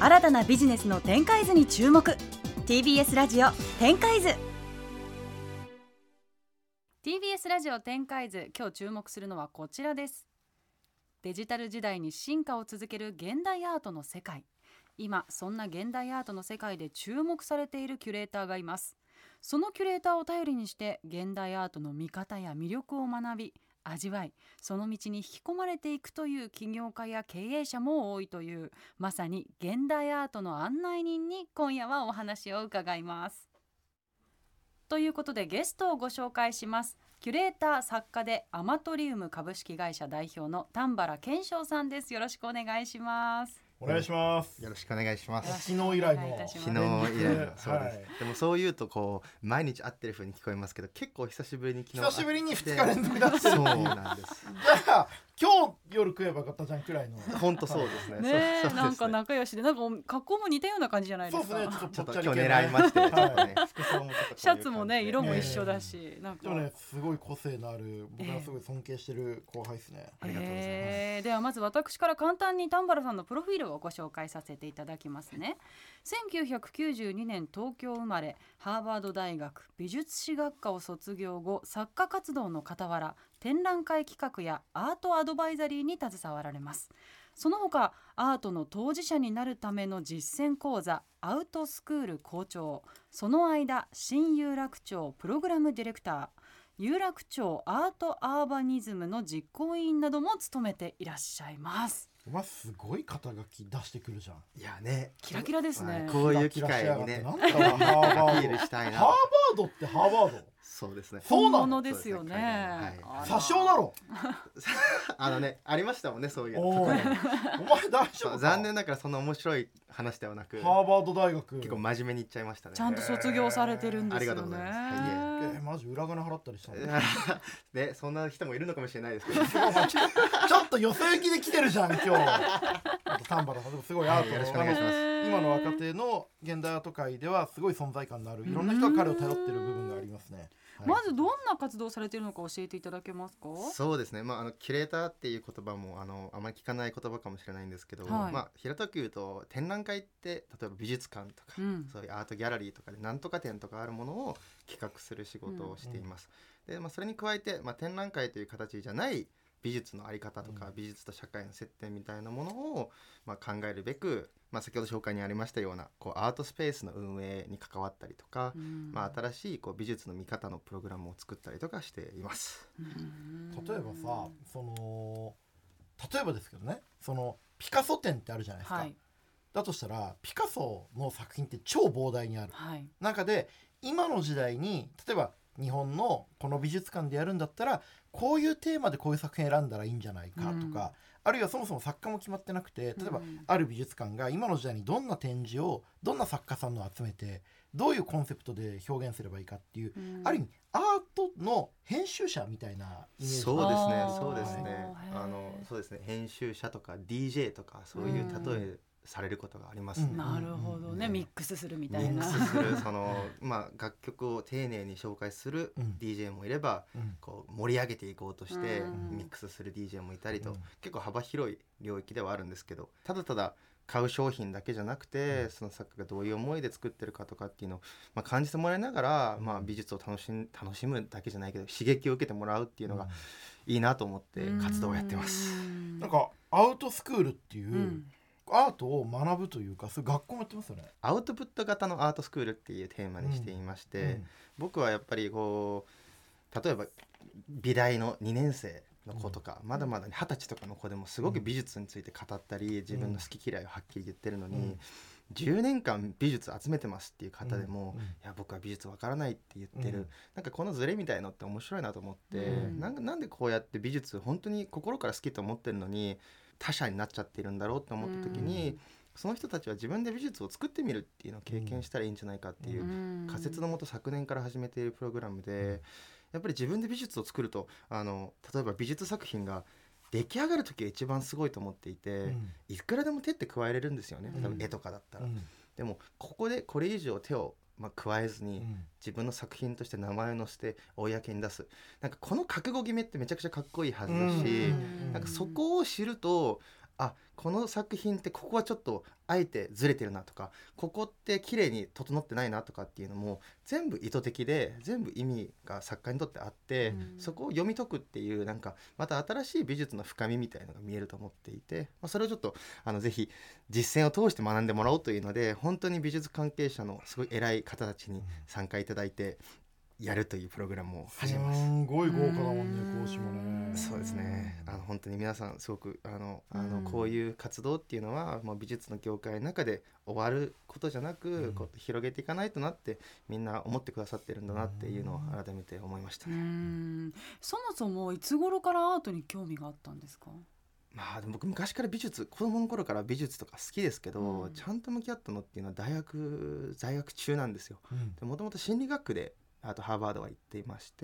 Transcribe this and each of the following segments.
新たなビジネスの展開図に注目。 TBS ラジオ展開図。 TBS ラジオ展開図、今日注目するのはこちらです。デジタル時代に進化を続ける現代アートの世界。今そんな現代アートの世界で注目されているキュレーターがいます。そのキュレーターを頼りにして現代アートの見方や魅力を学び味わい、その道に引き込まれていくという起業家や経営者も多いという、まさに現代アートの案内人に今夜はお話を伺います。ということでゲストをご紹介します。キュレーター作家でアマトリウム株式会社代表の丹原健翔さんです。よろしくお願いします。 お願いします。 よろしくお願いします。 昨日以来のそうです、でもそう言うとこう毎日会ってる風に聞こえますけど、結構久しぶりに 2日連続だってる。 そうなんです。 じゃあ今日夜食えばよかったじゃんくらいの。 本当そうですね。 ねえ、なんか仲良しで、なんか格好も似たような感じじゃないですか。 そうですね、 ちょっと今日狙いまして、ちょっとね、服装もちょっとシャツもね、色も一緒だし、なんかでもね、すごい個性のある、僕がすごい尊敬してる後輩ですね。 ありがとうございます。 ではまず私から簡単に丹原さんのプロフィールをご紹介させていただきますね。1992年東京生まれ、ハーバード大学美術史学科を卒業後、作家活動の傍ら展覧会企画やアートアドバイザリーに携わられます。その他アートの当事者になるための実践講座アウトスクール校長、その間新有楽町プログラムディレクター、有楽町アートアーバニズムの実行委員なども務めていらっしゃいます。 お前すごい肩書き出してくるじゃん。 いやね、 キラキラですね。 こういう機会にね、 なんだろう、ハアピールしたいな。 ーバードってハーバード。 そうですね。 そうなの本物ですよね。 詐称だろ。 ありましたもんね、そういうの。 お前大丈夫か。 残念ながらそんな面白い話ではなく、 ハーバード大学結構真面目に言っちゃいましたね。 ちゃんと卒業されてるんですよね。 ありがとうございます。 マジ裏金払ったりしたのね、そんな人もいるのかもしれないですけどちょっとよそ行きで来てるじゃん今日。あと丹原さんすごいアート、 よろしくお願いします。 今の若手の現代アート界ではすごい存在感のある、いろんな人が彼を頼ってる部分がありますね。 まずどんな活動をされているのか教えていただけますか。 そうですね、キュレーターっていう言葉もあまり聞かない言葉かもしれないんですけど、平たく言うと展覧会って例えば美術館とか、そういうアートギャラリーとかでなんとか展とかあるものを企画する仕事をしています。で、それに加えて、展覧会という形じゃない美術の在り方とか、美術と社会の接点みたいなものを、考えるべく、先ほど紹介にありましたようなアートスペースの運営に関わったりとか、新しい美術の見方のプログラムを作ったりとかしています。 例えばさ、例えばですけどね、ピカソ展ってあるじゃないですか、だとしたらピカソの作品って超膨大にある、中で今の時代に例えば日本のこの美術館でやるんだったらこういうテーマでこういう作品選んだらいいんじゃないかとか、あるいはそもそも作家も決まってなくて、例えばある美術館が今の時代にどんな展示をどんな作家さんの集めてどういうコンセプトで表現すればいいかっていう、ある意味アートの編集者みたいなイメージ。 そうですね、編集者とか DJ とかそういう例えされることがありますね。 なるほどね、ミックスするみたいな。 ミックスする楽曲を丁寧に紹介する DJ もいれば、盛り上げていこうとしてミックスする DJ もいたりと、結構幅広い領域ではあるんですけど、ただただ買う商品だけじゃなくて、その作家がどういう思いで作ってるかとかっていうのを、感じてもらいながら、美術を楽しむだけじゃないけど刺激を受けてもらうっていうのがいいなと思って活動をやってます。 なんかアウトスクールっていう、アートを学ぶというか、そういう学校もやってますよね。 アウトプット型のアートスクールっていうテーマにしていまして、僕はやっぱり例えば美大の2年生の子とか、まだまだ20歳とかの子でもすごく美術について語ったり、自分の好き嫌いをはっきり言ってるのに、10年間美術集めてますっていう方でも、いや僕は美術わからないって言ってる、なんかこのズレみたいのって面白いなと思って、なんでこうやって美術本当に心から好きと思ってるのに他者になっちゃってるんだろうって思った時に、その人たちは自分で美術を作ってみるっていうのを経験したらいいんじゃないかっていう仮説のもと昨年から始めているプログラムで、やっぱり自分で美術を作ると例えば美術作品が出来上がる時が一番すごいと思っていて、いくらでも手って加えれるんですよね、多分絵とかだったら、でもここでこれ以上手を加えずに、自分の作品として名前を載せて公に出す、なんかこの覚悟決めってめちゃくちゃかっこいいはずだし、なんかそこを知るとこの作品ってここはちょっとあえてずれてるなとか、ここって綺麗に整ってないなとかっていうのも全部意図的で、全部意味が作家にとってあって、そこを読み解くっていうなんかまた新しい美術の深みみたいなのが見えると思っていて、それをちょっとぜひ実践を通して学んでもらおうというので、本当に美術関係者のすごい偉い方たちに参加いただいてやるというプログラムを始めます。 すごい豪華だもんね、講師もね。 そうですね、本当に皆さんすごくこういう活動っていうのは、美術の業界の中で終わることじゃなく、こう広げていかないとなってみんな思ってくださってるんだなっていうのを改めて思いましたね。 そもそもいつ頃からアートに興味があったんですか？ でも僕昔から美術、子供の頃から美術とか好きですけど、ちゃんと向き合ったのっていうのは大学在学中なんですよ。もともと心理学でハーバードは行っていまして、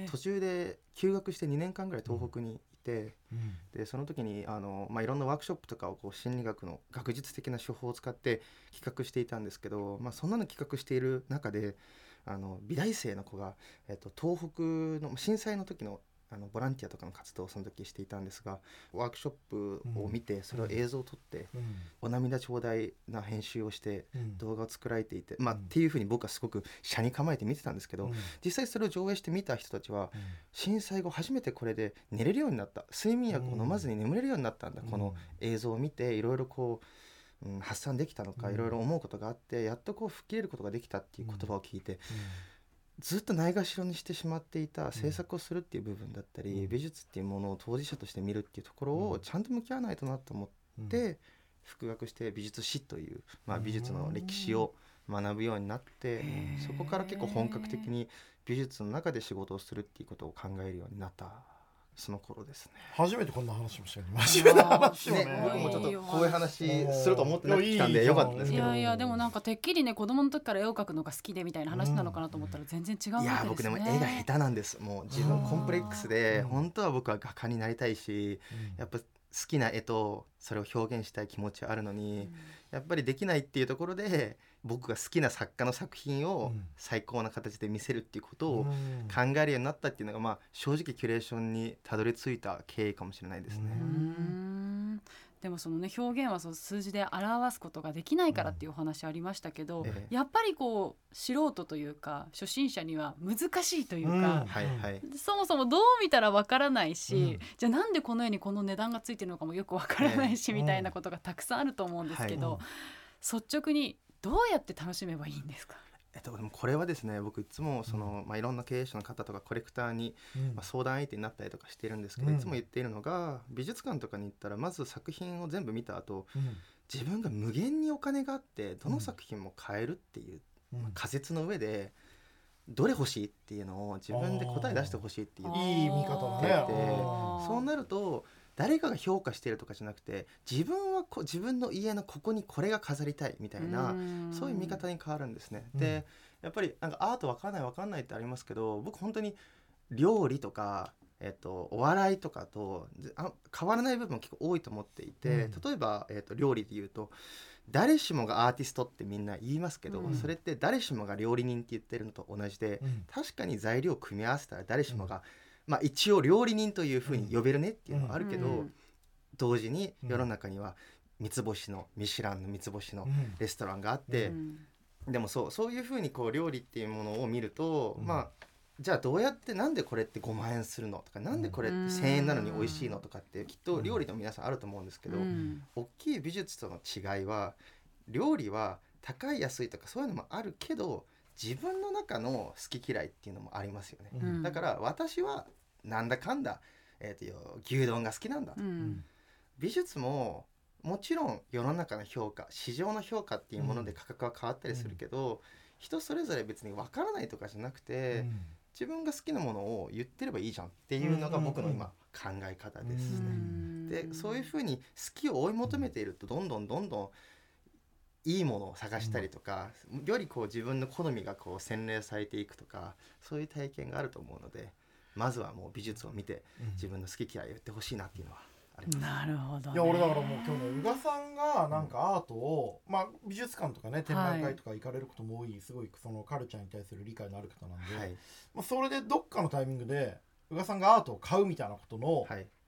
途中で休学して2年間ぐらい東北にいて、でその時にいろんなワークショップとかをこう心理学の学術的な手法を使って企画していたんですけど、そんなの企画している中で美大生の子が、東北の震災の時のボランティアとかの活動をその時していたんですが、ワークショップを見てそれを映像を撮って、お涙ちょうだいな編集をして動画を作られていて、っていう風に僕はすごく斜に構えて見てたんですけど、実際それを上映して見た人たちは、震災後初めてこれで寝れるようになった、睡眠薬を飲まずに眠れるようになったんだ、この映像を見ていろいろこう、発散できたのか、いろいろ思うことがあって、やっとこう吹っ切れることができたっていう言葉を聞いて、ずっとないがしろにしてしまっていた制作をするっていう部分だったり、美術っていうものを当事者として見るっていうところをちゃんと向き合わないとなと思って、復学して美術史という、美術の歴史を学ぶようになって、そこから結構本格的に美術の中で仕事をするっていうことを考えるようになったその頃ですね。 初めてこんな話もしたよね。真面目な話をね。 僕もちょっとこういう話すると思ってなくてきたんでよかったですけど。 いやでもなんかてっきりね、子供の時から絵を描くのが好きでみたいな話なのかなと思ったら全然違うわけですね。 僕でも絵が下手なんです。もう自分コンプレックスで、本当は僕は画家になりたいし、やっぱ好きな絵とそれを表現したい気持ちはあるのに、やっぱりできないっていうところで、僕が好きな作家の作品を最高な形で見せるっていうことを考えるようになったっていうのが、正直キュレーションにたどり着いた経緯かもしれないですね。 でもそのね、表現はそう数字で表すことができないからっていうお話ありましたけど、やっぱりこう素人というか初心者には難しいというか、そもそもどう見たらわからないし、じゃあなんでこの絵にこの値段がついてるのかもよくわからないし、みたいなことがたくさんあると思うんですけど、率直にどうやって楽しめばいいんですか？ でもこれはですね、僕いつもいろんな経営者の方とかコレクターに、相談相手になったりとかしているんですけど、いつも言っているのが、美術館とかに行ったらまず作品を全部見た後、自分が無限にお金があってどの作品も買えるっていう、仮説の上でどれ欲しいっていうのを自分で答え出してほしいっていういい見方だね。 そうなると誰かが評価しているとかじゃなくて、自分は自分の家のここにこれが飾りたいみたいな、そういう見方に変わるんですね。でやっぱりなんかアート分かんないってありますけど、僕本当に料理とか、お笑いとかと変わらない部分結構多いと思っていて、例えば、料理で言うと誰しもがアーティストってみんな言いますけど、それって誰しもが料理人って言ってるのと同じで、確かに材料を組み合わせたら誰しもが、一応料理人というふうに呼べるねっていうのはあるけど、同時に世の中には三つ星のミシュランの三つ星のレストランがあって、でもそういうふうにこう料理っていうものを見ると、じゃあどうやって、なんでこれって5万円するのとか、なんでこれって1000円なのに美味しいのとかってきっと料理の皆さんあると思うんですけど、大きい美術との違いは、料理は高い安いとかそういうのもあるけど、自分の中の好き嫌いっていうのもありますよね。だから私はなんだかんだ、牛丼が好きなんだと、美術ももちろん世の中の評価、市場の評価っていうもので価格は変わったりするけど、人それぞれ別に分からないとかじゃなくて、自分が好きなものを言ってればいいじゃんっていうのが僕の今考え方ですね。でそういうふうに好きを追い求めていると、どんどんいいものを探したりとか、よりこう自分の好みがこう洗練されていくとか、そういう体験があると思うので、まずはもう美術を見て自分の好き嫌いを言ってほしいなっていうのはあります。 なるほど、ね。 いや俺だからもう今日ね、宇賀さんがなんかアートを、美術館とかね、展覧会とか行かれることも多い、すごいそのカルチャーに対する理解のある方なんで、それでどっかのタイミングで宇賀さんがアートを買うみたいなことの、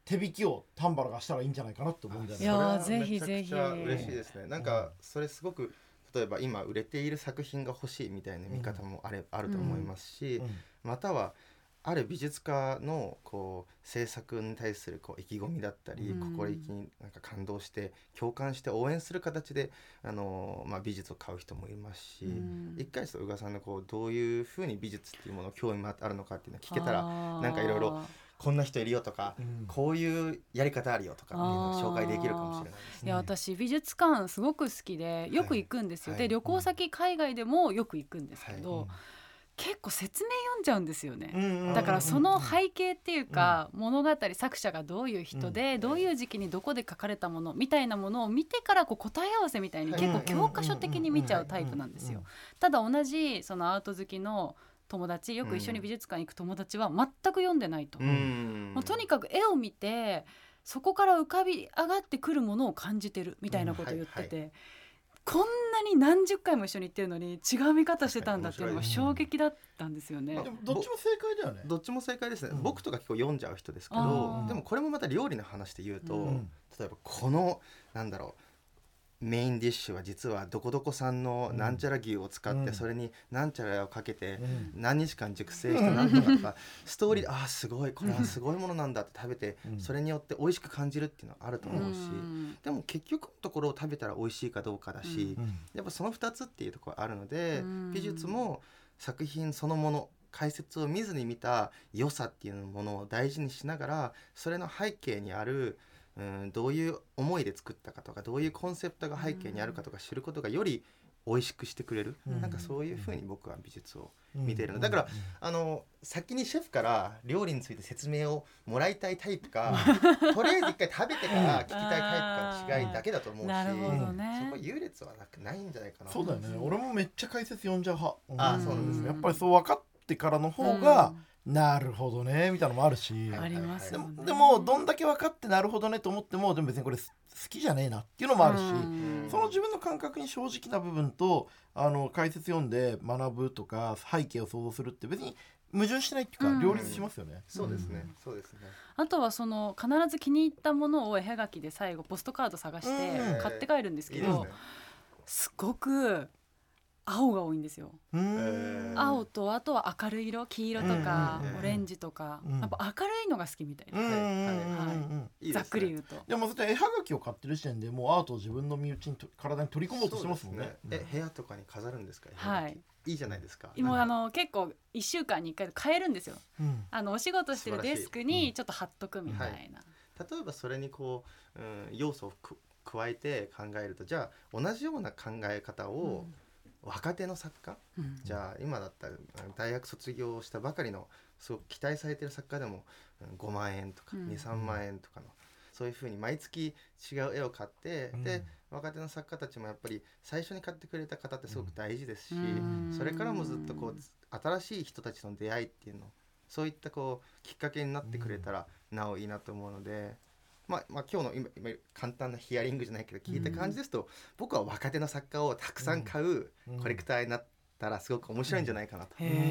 手引きを丹原がしたらいいんじゃないかなって思うんだよね。 いやぜひぜひ。 めちゃくちゃ嬉しいですね。なんかそれすごく例えば今売れている作品が欲しいみたいな見方もあると思いますし、またはある美術家のこう制作に対するこう意気込みだったり、心意気になんか感動して共感して応援する形で美術を買う人もいますし、一回宇賀さんのこうどういうふうに美術っていうもの興味があるのかっていうのを聞けたら、なんかいろいろこんな人いるよとか、こういうやり方あるよとかっていうのを紹介できるかもしれないですね。 いや私美術館すごく好きでよく行くんですよ、で旅行先海外でもよく行くんですけど、結構説明読んじゃうんですよね、だからその背景っていうか、物語作者がどういう人で、どういう時期にどこで書かれたものみたいなものを見てからこう答え合わせみたいに結構教科書的に見ちゃうタイプなんですよ。ただ同じそのアート好きの友達、よく一緒に美術館に行く友達は全く読んでないと、もうとにかく絵を見てそこから浮かび上がってくるものを感じてるみたいなことを言ってて、こんなに何十回も一緒に行ってるのに違う見方してたんだっていうのが衝撃だったんですよね。 でもどっちも正解だよね。 どっちも正解ですね、僕とか結構読んじゃう人ですけど、でもこれもまた料理の話で言うと、例えばこのなんだろうメインディッシュは実はどこどこ産のなんちゃら牛を使って、それになんちゃらをかけて何日間熟成してなんとかとかストーリーですごいこれはすごいものなんだって食べて、それによって美味しく感じるっていうのはあると思うし、でも結局のところを食べたら美味しいかどうかだし、やっぱその2つっていうところあるので、美術も作品そのもの解説を見ずに見た良さっていうものを大事にしながら、それの背景にあるどういう思いで作ったかとか、どういうコンセプトが背景にあるかとか知ることがより美味しくしてくれる、なんかそういう風に僕は美術を見ているの、だから先にシェフから料理について説明をもらいたいタイプかとりあえず一回食べてから聞きたいタイプかの違いだけだと思うし、 なるほどね、 そこ優劣はないんじゃないかな。 そうだよね、俺もめっちゃ解説読んじゃう派。 そうなんですね。 やっぱりそう分かってからの方が、なるほどねみたいなのもあるし、 ありますよね。 でもどんだけ分かってなるほどねと思っても、でも別にこれ好きじゃねえなっていうのもあるし、その自分の感覚に正直な部分と解説読んで学ぶとか背景を想像するって別に矛盾してないっていうか、両立しますよね。 そうですね、そうですね。 あとはその必ず気に入ったものを絵描きで最後ポストカード探して買って帰るんですけど、すごく青が多いんですよ。青とあとは明るい色、黄色とかオレンジとか、やっぱ明るいのが好きみたいな、ざっくり言うと。 でもそれ絵はがきを買ってる時点でもうアートを自分の身内に体に取り込もうとしてますもんね。 部屋とかに飾るんですか？ はい、 いいじゃないですか。 今結構1週間に1回変えるんですよ、お仕事してるデスクにちょっと貼っとくみたいな、 例えばそれにこう、要素を加えて考えると、じゃあ同じような考え方を、若手の作家、じゃあ今だったら大学卒業したばかりのすごく期待されてる作家でも5万円とか2、3万円とかの、そういうふうに毎月違う絵を買って、で若手の作家たちもやっぱり最初に買ってくれた方ってすごく大事ですし、それからもずっとこう新しい人たちとの出会いっていうの、そういったこうきっかけになってくれたらなおいいなと思うので、今日の今簡単なヒアリングじゃないけど聞いた感じですと、僕は若手の作家をたくさん買うコレクターになったらすごく面白いんじゃないかなと思います。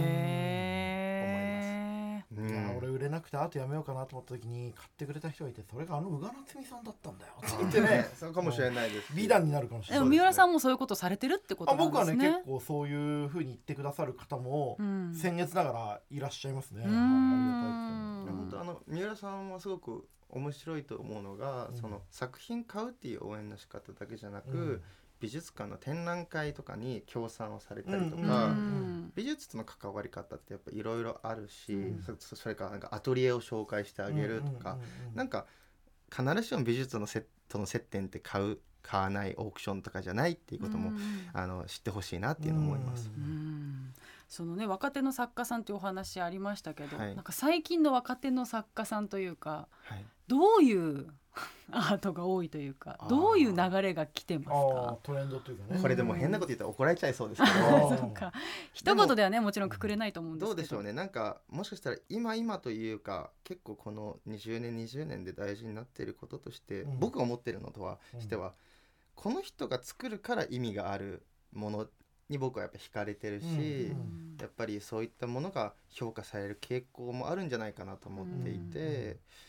俺売れなくてアートやめようかなと思った時に買ってくれた人がいて、それが宇賀夏美さんだったんだよって言ってね、 そうかもしれないです。 美談になるかもしれない。 でも三浦さんもそういうことされてるってことなんですね。 僕はね結構そういう風に言ってくださる方も僭越ながらいらっしゃいますね。 本当三浦さんはすごく面白いと思うのが、その作品買うっていう応援の仕方だけじゃなく、美術館の展覧会とかに協賛をされたりとか、美術との関わり方ってやっぱいろいろあるし、それからなんかアトリエを紹介してあげるとか、なんか必ずしも美術との接点って買わないオークションとかじゃないっていうことも、知ってほしいなっていうのを思います。 そのね、若手の作家さんというお話ありましたけど、なんか最近の若手の作家さんというか、どういうアートが多いというか、どういう流れが来てますか？ トレンドというかね。 これでも変なこと言ったら怒られちゃいそうですけどそうか、一言ではねもちろんくくれないと思うんですけど、 どうでしょうね。なんかもしかしたら今というか、結構この20年で大事になっていることとして、僕が思っているのとはしては、この人が作るから意味があるものに僕はやっぱ惹かれてるし、やっぱりそういったものが評価される傾向もあるんじゃないかなと思っていて、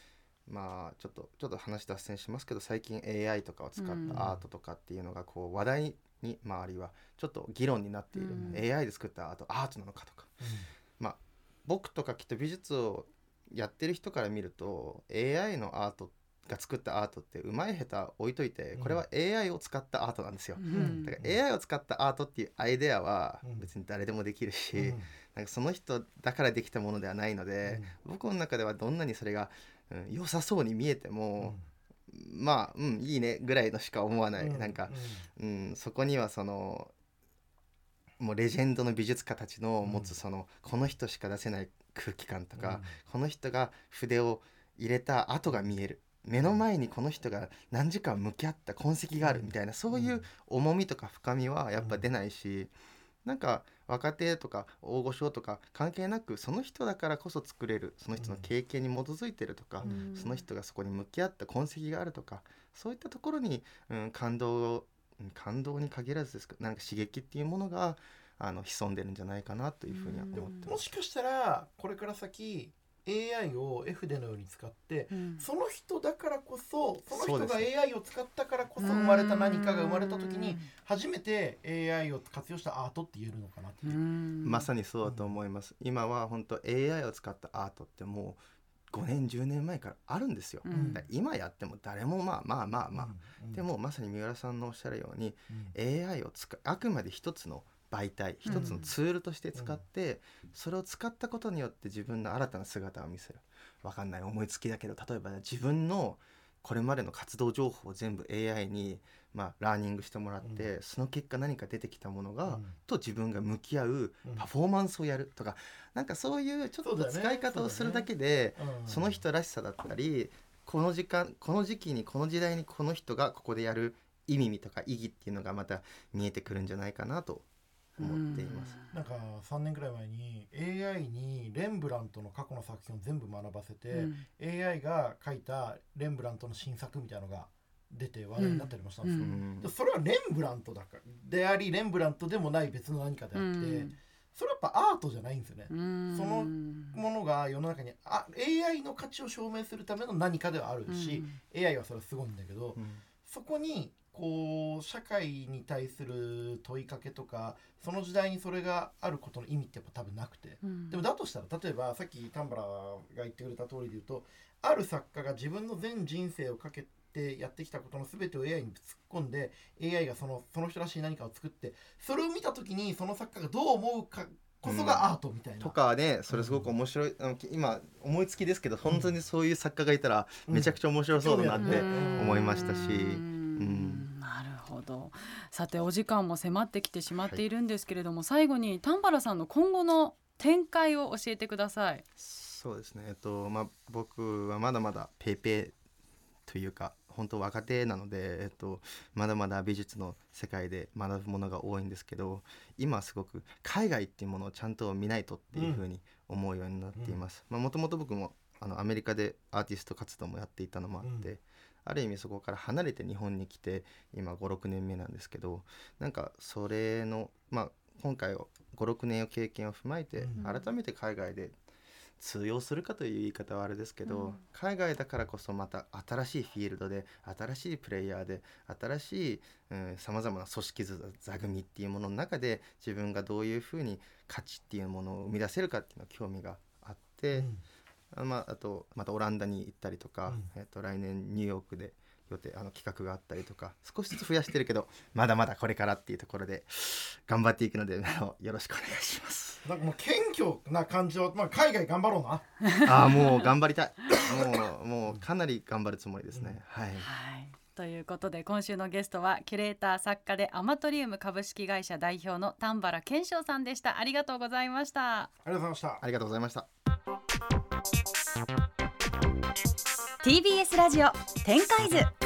まあちょっと話脱線しますけど、最近 AI とかを使ったアートとかっていうのがこう話題に、あるいはちょっと議論になっている、AI で作ったアートなのかとか、まあ僕とかきっと美術をやってる人から見ると AI のアートが作ったアートってうまい下手置いといて、これは AI を使ったアートなんですよ、だから AI を使ったアートっていうアイデアは別に誰でもできるし、なんかその人だからできたものではないので、僕の中ではどんなにそれが、良さそうに見えても、まあいいねぐらいのしか思わない、なんか、そこにはそのもうレジェンドの美術家たちの持つその、この人しか出せない空気感とか、この人が筆を入れた跡が見える、目の前にこの人が何時間向き合った痕跡があるみたいな、そういう重みとか深みはやっぱ出ないし、なんか若手とか大御所とか関係なく、その人だからこそ作れる、その人の経験に基づいてるとか、その人がそこに向き合った痕跡があるとか、そういったところに、感動に限らずですけど、なんか刺激っていうものが潜んでるんじゃないかなというふうには思ってます。 もしかしたらこれから先AI を絵筆のように使って、その人だからこそ、その人が AI を使ったからこそ生まれた何かが生まれた時に初めて AI を活用したアートって言えるのかなっていう。 まさにそうだと思います、今は本当 AI を使ったアートってもう5年10年前からあるんですよ、だから今やっても誰もまあ、でもまさに三浦さんのおっしゃるように、AI をあくまで一つの媒体、一つのツールとして使って、それを使ったことによって自分の新たな姿を見せる。わかんない、思いつきだけど、例えば自分のこれまでの活動情報を全部 AI に、ラーニングしてもらって、その結果何か出てきたものが、と自分が向き合うパフォーマンスをやるとか、なんかそういうちょっと使い方をするだけで、その人らしさだったり、この時間、この時期に、この時代にこの人がここでやる意味とか意義っていうのがまた見えてくるんじゃないかなと思っています。 なんか3年くらい前に AI にレンブラントの過去の作品を全部学ばせて、AI が描いたレンブラントの新作みたいなのが出て話題になったりもしたんですよ、でそれはレンブラントだからであり、レンブラントでもない別の何かであって、それはやっぱアートじゃないんですよね、そのものが世の中にAI の価値を証明するための何かではあるし、AI はそれはすごいんだけど、そこにこう社会に対する問いかけとか、その時代にそれがあることの意味ってやっぱ多分なくて、でもだとしたら、例えばさっき丹原が言ってくれた通りで言うと、ある作家が自分の全人生をかけてやってきたことの全てを AI に突っ込んで、 AI がその人らしい何かを作って、それを見た時にその作家がどう思うかこそがアートみたいな、 とかね、それすごく面白い、今思いつきですけど、本当にそういう作家がいたらめちゃくちゃ面白そうだなって思いましたし、 なるほど。さてお時間も迫ってきてしまっているんですけれども、最後に丹原さんの今後の展開を教えてください。 そうですね、僕はまだまだペーペーというか本当若手なので、まだまだ美術の世界で学ぶものが多いんですけど、今すごく海外っていうものをちゃんと見ないとっていうふうに思うようになっています。もともと僕もアメリカでアーティスト活動もやっていたのもあって、ある意味そこから離れて日本に来て今 5,6 年目なんですけど、なんかそれの、今回 5,6 年の経験を踏まえて改めて海外で通用するかという言い方はあれですけど、海外だからこそまた新しいフィールドで新しいプレイヤーで新しいさまざまな組織座組っていうものの中で自分がどういうふうに価値っていうものを生み出せるかっていうのは興味があって、あとまたオランダに行ったりとか、来年ニューヨークで予定企画があったりとか、少しずつ増やしてるけどまだまだこれからっていうところで頑張っていくのでよろしくお願いします。 なんかもう謙虚な感じを、海外頑張ろうなもう頑張りたいもうかなり頑張るつもりですね、はい、 ということで今週のゲストはキュレーター作家でアマトリウム株式会社代表の丹原健翔さんでした。ありがとうございました。 ありがとうございました。 ありがとうございました。 TBS ラジオ展開図。